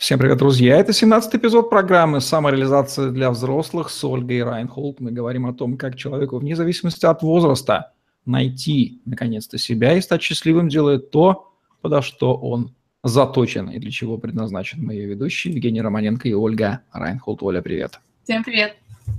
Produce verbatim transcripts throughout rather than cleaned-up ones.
Всем привет, друзья! Это семнадцатый эпизод программы «Самореализация для взрослых» с Ольгой Райнхолд. Мы говорим о том, как человеку, вне зависимости от возраста, найти, наконец-то, себя и стать счастливым, делая то, подо что он заточен и для чего предназначен. Мои ведущие Евгений Романенко и Ольга Райнхолд. Оля, привет! Всем привет!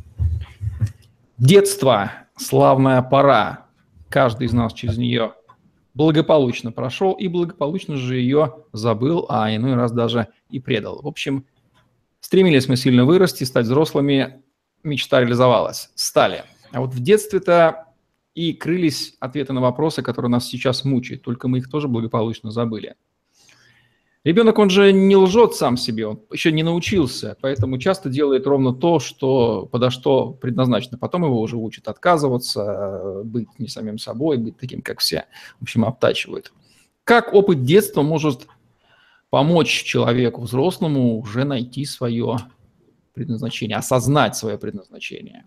Детство – славная пора. Каждый из нас через нее благополучно прошел и благополучно же ее забыл, а иной раз даже и предал. В общем, стремились мы сильно вырасти, стать взрослыми, мечта реализовалась, стали. А вот в детстве-то и крылись ответы на вопросы, которые нас сейчас мучают, только мы их тоже благополучно забыли. Ребенок, он же не лжет сам себе, он еще не научился, поэтому часто делает ровно то, что, подо что предназначено. Потом его уже учат отказываться, быть не самим собой, быть таким, как все. В общем, обтачивают. Как опыт детства может помочь человеку взрослому уже найти свое предназначение, осознать свое предназначение?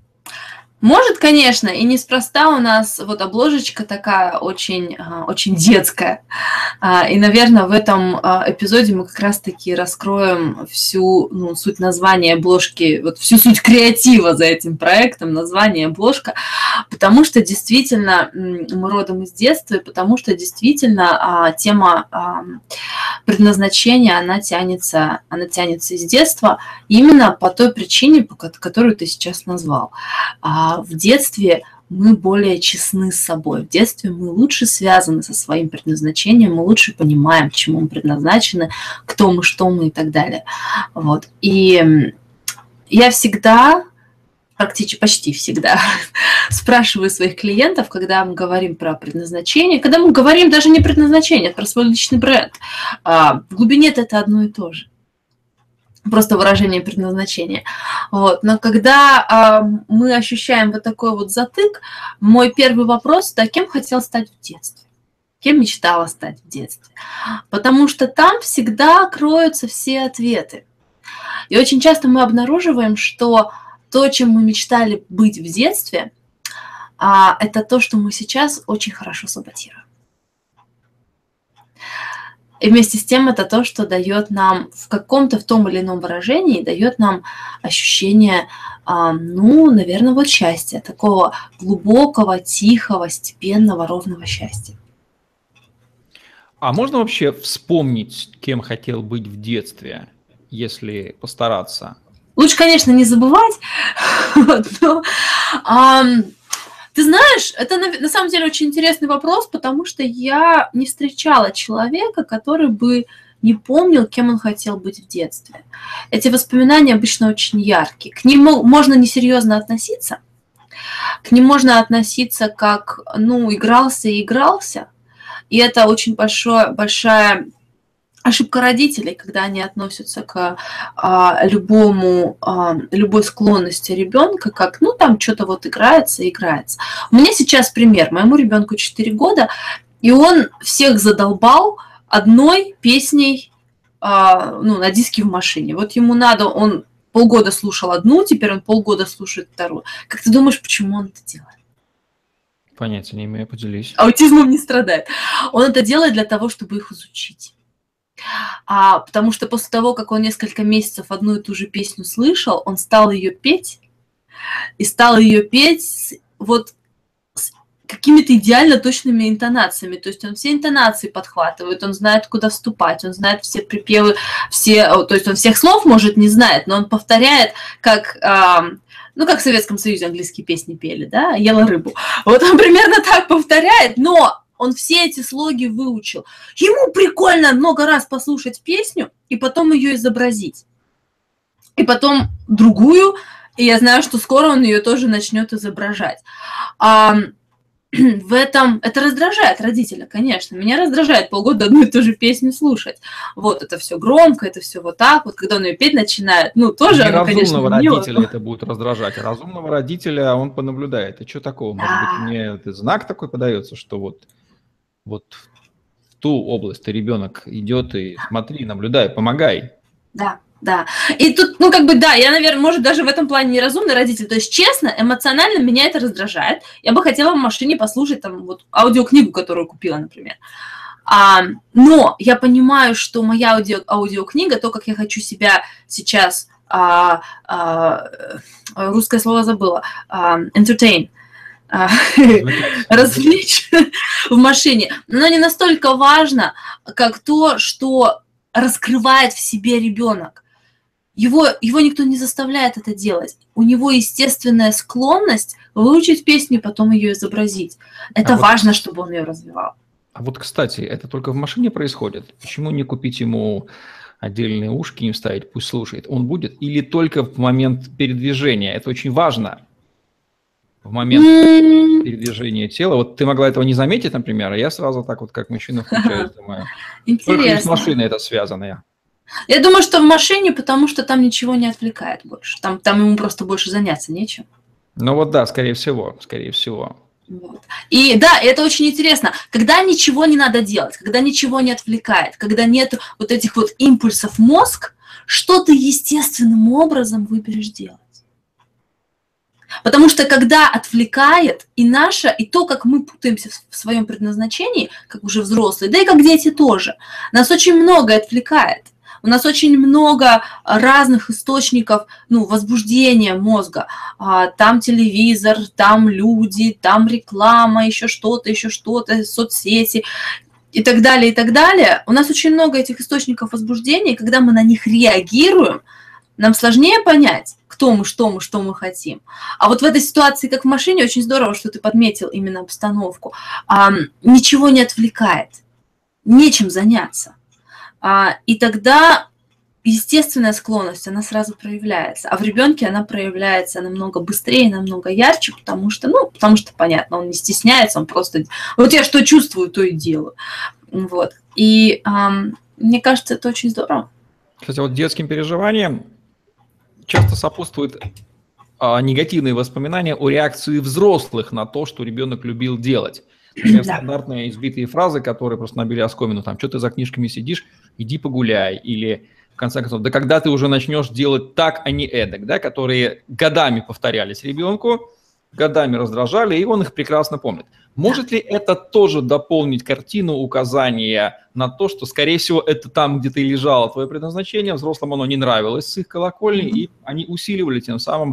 Может, конечно, и неспроста у нас вот обложечка такая очень, очень детская. И, наверное, в этом эпизоде мы как раз-таки раскроем всю ну, суть названия обложки, вот всю суть креатива за этим проектом, название обложка, потому что действительно мы родом из детства, и потому что действительно тема предназначения, она тянется, она тянется из детства именно по той причине, которую ты сейчас назвал. В детстве мы более честны с собой. В детстве мы лучше связаны со своим предназначением, мы лучше понимаем, к чему мы предназначены, кто мы, что мы и так далее. Вот. И я всегда, практически почти всегда, спрашиваю своих клиентов, когда мы говорим про предназначение, когда мы говорим даже не предназначение, а про свой личный бренд. В глубине это одно и то же. Просто выражение предназначения. Вот. Но когда э, мы ощущаем вот такой вот затык, мой первый вопрос, да, кем хотел стать в детстве? Кем мечтала стать в детстве? Потому что там всегда кроются все ответы. И очень часто мы обнаруживаем, что то, чем мы мечтали быть в детстве, э, это то, что мы сейчас очень хорошо саботируем. И вместе с тем это то, что дает нам в каком-то в том или ином выражении, дает нам ощущение, ну, наверное, вот счастья, такого глубокого, тихого, степенного, ровного счастья. А можно вообще вспомнить, кем хотел быть в детстве, если постараться? Лучше, конечно, не забывать, но... Ты знаешь, это на, на самом деле очень интересный вопрос, потому что я не встречала человека, который бы не помнил, кем он хотел быть в детстве. Эти воспоминания обычно очень яркие. К ним можно несерьезно относиться, к ним можно относиться как, ну, игрался и игрался, и это очень большое, большая... ошибка родителей, когда они относятся к а, любому, а, любой склонности ребенка, как, ну, там что-то вот играется, играется. У меня сейчас пример. Моему ребенку четыре года, и он всех задолбал одной песней, а, ну, на диске в машине. Вот ему надо, он полгода слушал одну, теперь он полгода слушает вторую. Как ты думаешь, почему он это делает? Понятия не имею, поделись. Аутизмом не страдает. Он это делает для того, чтобы их изучить. А, потому что после того, как он несколько месяцев одну и ту же песню слышал, он стал ее петь, и стал ее петь вот с какими-то идеально точными интонациями. То есть он все интонации подхватывает, он знает, куда вступать, он знает все припевы, все, то есть он всех слов, может, не знает, но он повторяет, как... А, ну, как в Советском Союзе английские песни пели, да, ела рыбу. Вот он примерно так повторяет, но... Он все эти слоги выучил. Ему прикольно много раз послушать песню и потом ее изобразить. И потом другую, и я знаю, что скоро он ее тоже начнет изображать. А, в этом это раздражает родителя, конечно. Меня раздражает полгода одну и ту же песню слушать. Вот это все громко, это все вот так. Вот когда он ее петь начинает, ну тоже, оно, конечно, неразумного родителя это будет раздражать. А разумного родителя он понаблюдает. И что такого? Может быть, мне этот знак такой подается, что вот Вот в ту область ты ребенок идет и смотри, наблюдай, помогай. Да, да. И тут, ну, как бы, да, я, наверное, может, даже в этом плане неразумный родитель. То есть, честно, эмоционально меня это раздражает. Я бы хотела в машине послушать там вот аудиокнигу, которую купила, например. А, но я понимаю, что моя аудио, аудиокнига, то, как я хочу себя сейчас, а, а, русское слово забыла, а, entertain, развлечь в машине, но не настолько важно, как то, что раскрывает в себе ребенок. Его, его никто не заставляет это делать. У него естественная склонность выучить песню и потом ее изобразить. Это а важно, вот, чтобы он ее развивал. А вот, кстати, это только в машине происходит? Почему не купить ему отдельные ушки, не вставить, пусть слушает? Он будет? Или только в момент передвижения? Это очень важно. В момент mm. передвижения тела. Вот ты могла этого не заметить, например, а я сразу так вот, как мужчина, включаюсь, думаю. Интересно. Только с машиной это связано. Я думаю, что в машине, потому что там ничего не отвлекает больше. Там, там ему просто больше заняться нечем. Ну вот да, скорее всего, скорее всего. Вот. И да, это очень интересно. Когда ничего не надо делать, когда ничего не отвлекает, когда нет вот этих вот импульсов в мозг, что ты естественным образом выберешь делать. Потому что когда отвлекает и наше, и то, как мы путаемся в своем предназначении, как уже взрослые, да и как дети тоже, нас очень многое отвлекает. У нас очень много разных источников, ну, возбуждения мозга. Там телевизор, там люди, там реклама, еще что-то, еще что-то, соцсети и так далее, и так далее. У нас очень много этих источников возбуждения, и когда мы на них реагируем, нам сложнее понять, кто мы, что мы, что мы хотим. А вот в этой ситуации, как в машине, очень здорово, что ты подметил именно обстановку. А, ничего не отвлекает, нечем заняться. А, и тогда естественная склонность, она сразу проявляется. А в ребенке она проявляется намного быстрее, намного ярче, потому что, ну, потому что, понятно, он не стесняется, он просто... Вот я что чувствую, то и делаю. Вот. И а, мне кажется, это очень здорово. Кстати, вот детским переживаниям часто сопутствуют а, негативные воспоминания о реакции взрослых на то, что ребенок любил делать. Например, да. Стандартные избитые фразы, которые просто набили оскомину, там, что ты за книжками сидишь, иди погуляй, или, в конце концов, да когда ты уже начнешь делать так, а не эдак, да, которые годами повторялись ребенку, годами раздражали, и он их прекрасно помнит. Может ли это тоже дополнить картину указания на то, что, скорее всего, это там, где ты лежало твое предназначение, взрослым оно не нравилось с их колокольни, mm-hmm. и они усиливали тем самым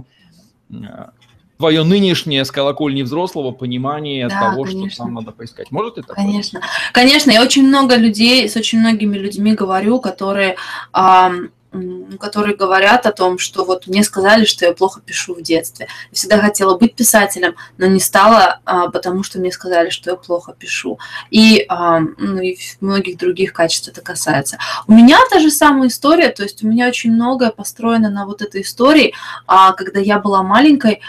твое нынешнее с колокольни взрослого понимание да, того, конечно. Что там надо поискать. Может это? Конечно. Быть? Конечно, я очень много людей, с очень многими людьми говорю, которые... А, которые говорят о том, что вот мне сказали, что я плохо пишу в детстве. Я всегда хотела быть писателем, но не стала, потому что мне сказали, что я плохо пишу. И, ну, и многих других качеств это касается. У меня та же самая история, то есть у меня очень многое построено на вот этой истории. Когда я была маленькой,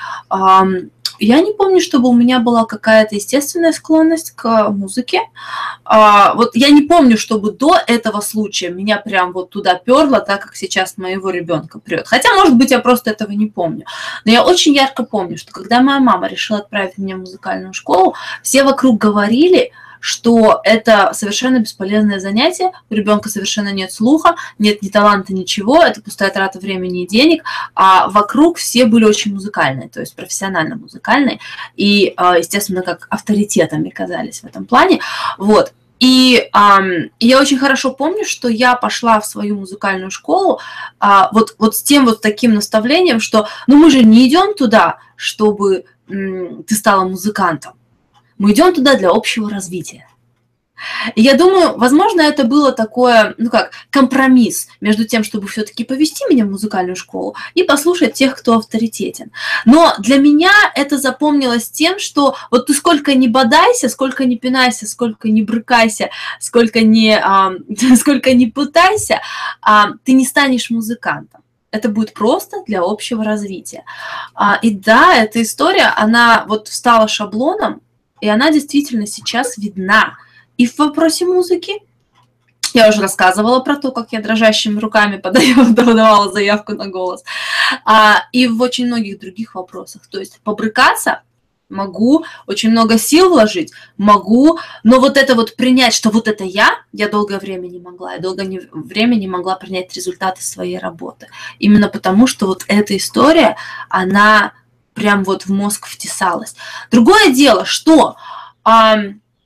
я не помню, чтобы у меня была какая-то естественная склонность к музыке. А, вот я не помню, чтобы до этого случая меня прям вот туда перло, так как сейчас моего ребенка прет. Хотя, может быть, я просто этого не помню. Но я очень ярко помню, что когда моя мама решила отправить меня в музыкальную школу, все вокруг говорили, что это совершенно бесполезное занятие, у ребенка совершенно нет слуха, нет ни таланта, ничего, это пустая трата времени и денег, а вокруг все были очень музыкальные, то есть профессионально музыкальные, и, естественно, как авторитетами казались в этом плане, вот. И эм, я очень хорошо помню, что я пошла в свою музыкальную школу а, вот, вот с тем вот таким наставлением, что ну мы же не идем туда, чтобы м, ты стала музыкантом. Мы идем туда для общего развития. И я думаю, возможно, это было такое, ну как, компромисс между тем, чтобы все-таки повести меня в музыкальную школу и послушать тех, кто авторитетен. Но для меня это запомнилось тем, что вот ты сколько ни бодайся, сколько ни пинайся, сколько ни брыкайся, сколько ни, а, сколько ни пытайся, а, ты не станешь музыкантом. Это будет просто для общего развития. А, и да, эта история, она вот стала шаблоном, и она действительно сейчас видна. И в вопросе музыки я уже рассказывала про то, как я дрожащими руками подавала заявку на голос. А, и в очень многих других вопросах. То есть побрыкаться могу, очень много сил вложить могу, но вот это вот принять, что вот это я, я долгое время не могла. Я долгое не, время не могла принять результаты своей работы. Именно потому, что вот эта история, она... прям вот в мозг втесалась. Другое дело, что а,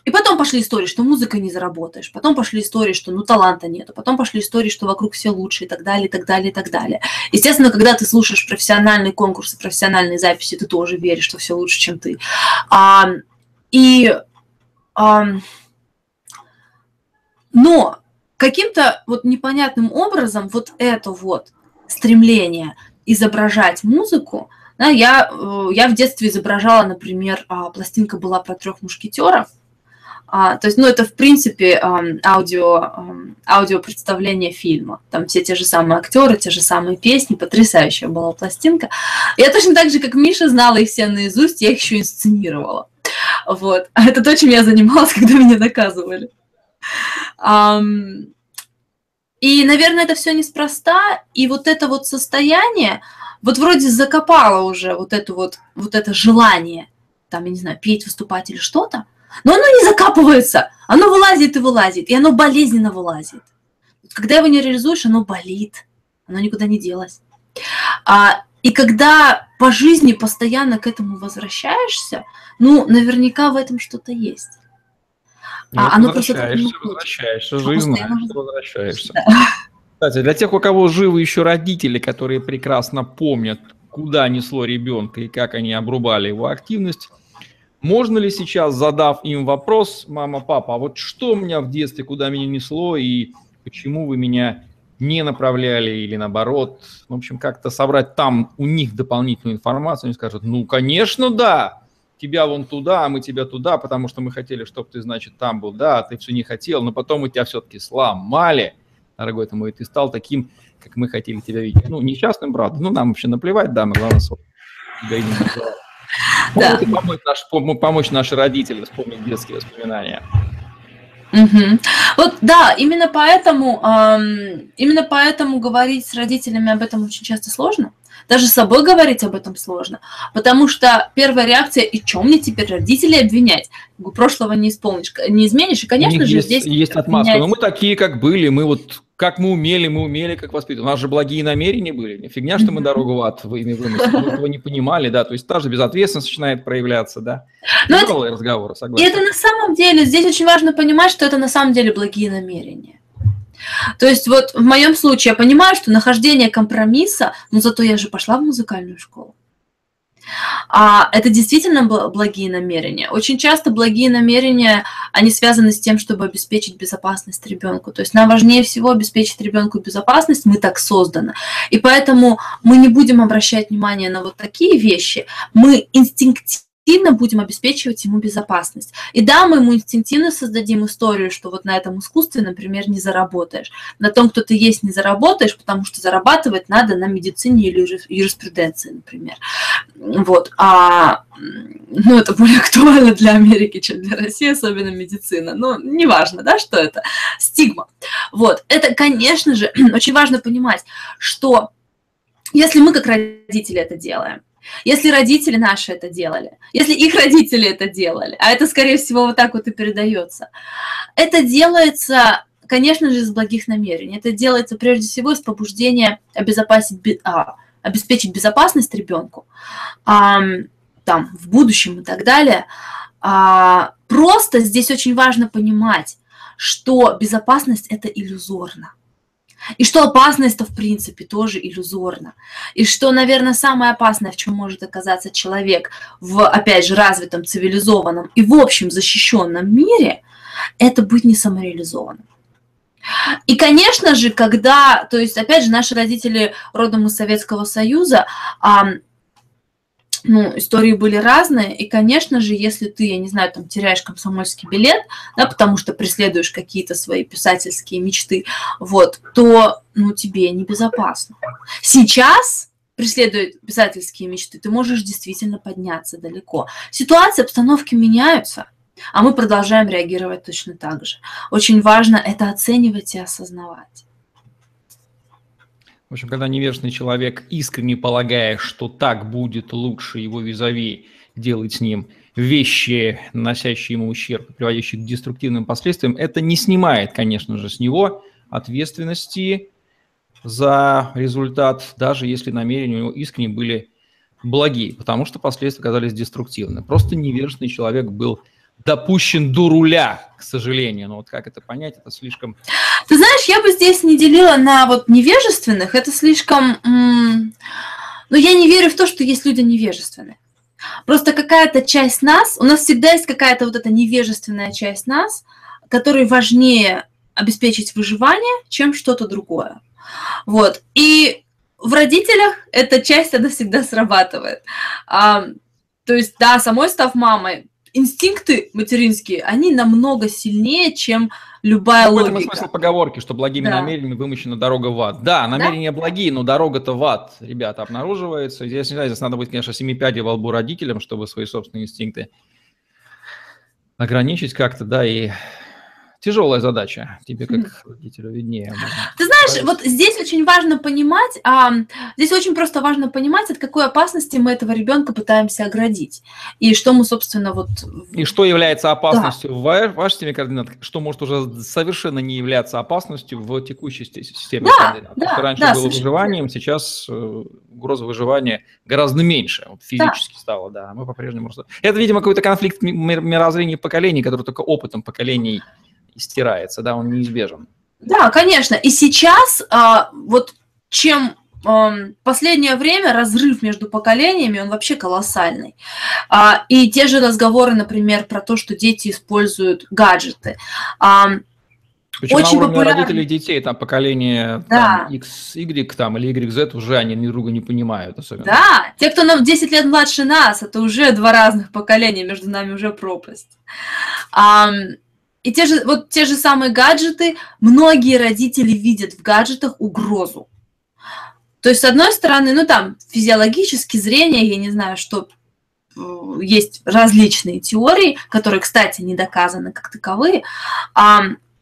И потом пошли истории, что музыкой не заработаешь, потом пошли истории, что ну таланта нету, потом пошли истории, что вокруг все лучше и так далее, и так далее, и так далее. Естественно, когда ты слушаешь профессиональные конкурсы, профессиональные записи, ты тоже веришь, что все лучше, чем ты. А, и, а, но каким-то вот непонятным образом вот это вот стремление изображать музыку, да, я, я в детстве изображала, например, пластинка была про трех мушкетеров. А, то есть, ну, это, в принципе, эм, аудио, эм, аудио представление фильма. Там все те же самые актеры, те же самые песни, потрясающая была пластинка. Я точно так же, как Миша, знала их все наизусть, я их еще инсценировала. Вот. Это то, чем я занималась, когда меня наказывали. Um, и, наверное, это все неспроста. И вот это вот состояние, вот вроде закопало уже вот это вот, вот это желание, там, я не знаю, петь, выступать или что-то, но оно не закапывается, оно вылазит и вылазит, и оно болезненно вылазит. Когда его не реализуешь, оно болит, оно никуда не делось. А, и когда по жизни постоянно к этому возвращаешься, ну, наверняка в этом что-то есть. Ну, а, оно возвращаешься, просто возвращаешься, жизнь знает, что возвращаешься. Да. Кстати, для тех, у кого живы еще родители, которые прекрасно помнят, куда несло ребенка и как они обрубали его активность, можно ли сейчас, задав им вопрос, мама, папа, а вот что у меня в детстве, куда меня несло, и почему вы меня не направляли, или наоборот, в общем, как-то собрать там у них дополнительную информацию, они скажут, ну, конечно, да, тебя вон туда, а мы тебя туда, потому что мы хотели, чтобы ты, значит, там был, да, ты все не хотел, но потом мы тебя все-таки сломали, дорогой ты мой, ты стал таким, как мы хотели тебя видеть. Ну, несчастным, правда, ну, нам вообще наплевать, да, мы, главное, тебя и не называем. Да. Помочь, наш, помочь наши родители вспомнить детские воспоминания. Угу. Вот да, именно поэтому, эм, именно поэтому говорить с родителями об этом очень часто сложно. Даже с собой говорить об этом сложно, потому что первая реакция, и что мне теперь родителей обвинять? Прошлого не исполнишь, не изменишь, и, конечно же, есть, здесь... Есть отмазка, обвинять... но мы такие, как были, мы вот, как мы умели, мы умели, как воспитывали. У нас же благие намерения были, фигня, что мы дорогу в ад вымысли, мы этого не понимали, да, то есть та же безответственность начинает проявляться, да. Тяжелые разговоры, согласен. И это на самом деле, здесь очень важно понимать, что это на самом деле благие намерения. То есть вот в моем случае я понимаю, что нахождение компромисса, но зато я же пошла в музыкальную школу. А это действительно благие намерения. Очень часто благие намерения, они связаны с тем, чтобы обеспечить безопасность ребенку. То есть нам важнее всего обеспечить ребенку безопасность, мы так созданы. И поэтому мы не будем обращать внимание на вот такие вещи. Мы инстинктивно будем обеспечивать ему безопасность. И да, мы ему инстинктивно создадим историю, что вот на этом искусстве, например, не заработаешь. На том, кто ты есть, не заработаешь, потому что зарабатывать надо на медицине или юриспруденции, например. Вот. А, ну, это более актуально для Америки, чем для России, особенно медицина. Но неважно, да, что это. Стигма. Вот. Это, конечно же, очень важно понимать, что если мы как родители это делаем, если родители наши это делали, если их родители это делали, а это, скорее всего, вот так вот и передается, это делается, конечно же, из благих намерений. Это делается, прежде всего, из побуждения обезопасить, а, обеспечить безопасность ребенку, а, там, в будущем и так далее. А, просто здесь очень важно понимать, что безопасность – это иллюзорно. И что опасность-то, в принципе, тоже иллюзорна. И что, наверное, самое опасное, в чем может оказаться человек в, опять же, развитом, цивилизованном и, в общем, защищенном мире, это быть не самореализованным. И, конечно же, когда, то есть, опять же, наши родители родом из Советского Союза, ну, истории были разные, и, конечно же, если ты, я не знаю, там, теряешь комсомольский билет, да, потому что преследуешь какие-то свои писательские мечты, вот, то, ну, тебе небезопасно. Сейчас, преследуя писательские мечты, ты можешь действительно подняться далеко. Ситуации, обстановки меняются, а мы продолжаем реагировать точно так же. Очень важно это оценивать и осознавать. В общем, когда невежественный человек, искренне полагая, что так будет лучше его визави, делать с ним вещи, наносящие ему ущерб, приводящие к деструктивным последствиям, это не снимает, конечно же, с него ответственности за результат, даже если намерения у него искренне были благие, потому что последствия оказались деструктивны. Просто невежественный человек был допущен до руля, к сожалению. Но вот как это понять, это слишком... Ты знаешь, я бы здесь не делила на вот невежественных, это слишком... М- но я не верю в то, что есть люди невежественные. Просто какая-то часть нас, у нас всегда есть какая-то вот эта невежественная часть нас, которой важнее обеспечить выживание, чем что-то другое. Вот. И в родителях эта часть, она всегда срабатывает. А, то есть, да, самой став мамой, инстинкты материнские, они намного сильнее, чем любая ну, логика. В этом и смысл поговорки, что благими да. намерениями вымощена дорога в ад. Да, намерения да? благие, но дорога-то в ад, ребята, обнаруживается. Здесь, не знаю, здесь надо быть, конечно, семипядей во лбу родителям, чтобы свои собственные инстинкты ограничить как-то, да, и... Тяжелая задача, тебе как родителю виднее. Ты знаешь, вот здесь очень важно понимать, а, здесь очень просто важно понимать, от какой опасности мы этого ребенка пытаемся оградить. И что мы, собственно, вот... И что является опасностью да. в вашей системе координат, что может уже совершенно не являться опасностью в текущей системе да, координат. Да, что раньше да, было выживанием, сейчас угроза выживания гораздо меньше, вот физически да. стало, да. Мы по-прежнему... Это, видимо, какой-то конфликт мировоззрения поколений, который только опытом поколений стирается, да, он неизбежен. Да, конечно. И сейчас а, вот чем а, последнее время разрыв между поколениями, он вообще колоссальный. А, и те же разговоры, например, про то, что дети используют гаджеты. А, Причем очень на уровне популярны... родителей и детей, там поколение да. там, X, Y там, или Y Z уже они друг друга не понимают особенно. Да, те, кто нам десять лет младше нас, это уже два разных поколения, между нами уже пропасть. А, И те же, вот те же самые гаджеты, многие родители видят в гаджетах угрозу. То есть, с одной стороны, ну там, физиологически, зрение, я не знаю, что есть различные теории, которые, кстати, не доказаны как таковые, а,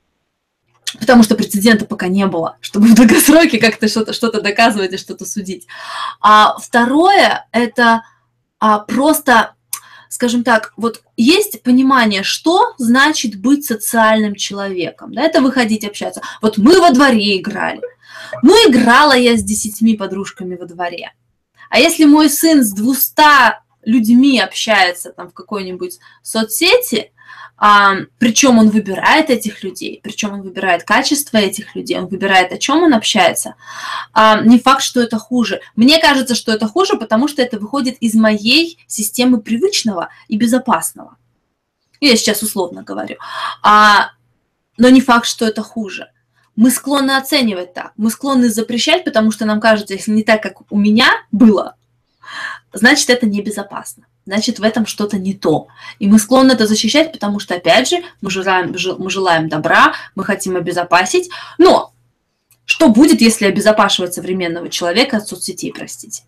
потому что прецедента пока не было, чтобы в долгосроке как-то что-то, что-то доказывать и что-то судить. А второе, это а, просто... Скажем так, вот есть понимание, что значит быть социальным человеком. Да, это выходить, общаться. Вот мы во дворе играли. Ну, играла я с десятьми подружками во дворе. А если мой сын с двумястами людьми общается там в какой-нибудь соцсети, а, причем он выбирает этих людей, причем он выбирает качество этих людей, он выбирает, о чем он общается, а, не факт, что это хуже. Мне кажется, что это хуже, потому что это выходит из моей системы привычного и безопасного. Я сейчас условно говорю. А, но не факт, что это хуже. Мы склонны оценивать так, мы склонны запрещать, потому что нам кажется, если не так, как у меня было, значит, это небезопасно. Значит, в этом что-то не то. И мы склонны это защищать, потому что, опять же, мы желаем, мы желаем добра, мы хотим обезопасить. Но что будет, если обезопашивать современного человека от соцсетей, простите?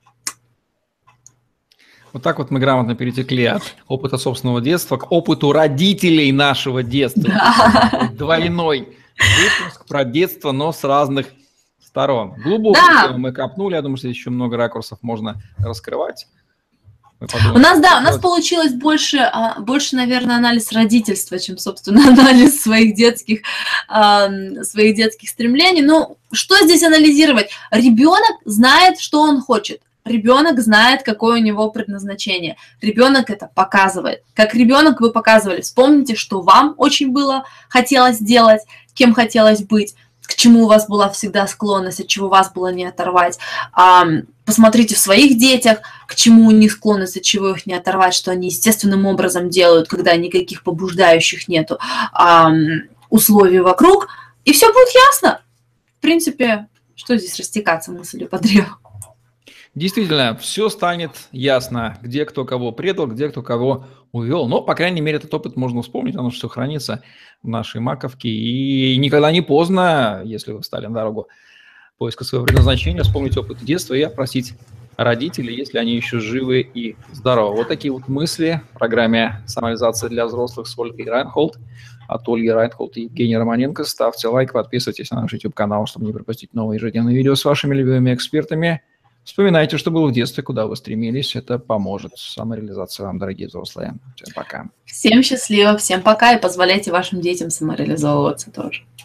Вот так вот мы грамотно перетекли от опыта собственного детства к опыту родителей нашего детства. Да. Двойной выпуск про детство, но с разных сторон. Глубоко да. мы копнули, я думаю, что здесь еще много ракурсов можно раскрывать. Подумаем, у нас, да, у нас получилось больше, больше, наверное, анализ родительства, чем, собственно, анализ своих детских, своих детских стремлений. Ну, что здесь анализировать? Ребенок знает, что он хочет. Ребенок знает, какое у него предназначение. Ребенок это показывает. Как ребенок вы показывали. Вспомните, что вам очень было хотелось делать, кем хотелось быть, к чему у вас была всегда склонность, от чего вас было не оторвать. Посмотрите в своих детях, к чему у них склонность, от чего их не оторвать, что они естественным образом делают, когда никаких побуждающих нету условий вокруг. И все будет ясно. В принципе, что здесь растекаться мыслью по древу? Действительно, все станет ясно, где кто кого предал, где кто кого увел. Но, по крайней мере, этот опыт можно вспомнить, оно все хранится в нашей маковке. И никогда не поздно, если вы встали на дорогу поиска своего предназначения, вспомнить опыт детства и опросить родителей, если они еще живы и здоровы. Вот такие вот мысли в программе «Самореализация для взрослых» с Ольгой Райнхолд. От Ольги Райнхолд и Евгения Романенко. Ставьте лайк, подписывайтесь на наш YouTube-канал, чтобы не пропустить новые ежедневные видео с вашими любимыми экспертами. Вспоминайте, что было в детстве, куда вы стремились. Это поможет. Самореализация вам, дорогие взрослые. Всем пока. Всем счастливо, всем пока и позволяйте вашим детям самореализовываться тоже.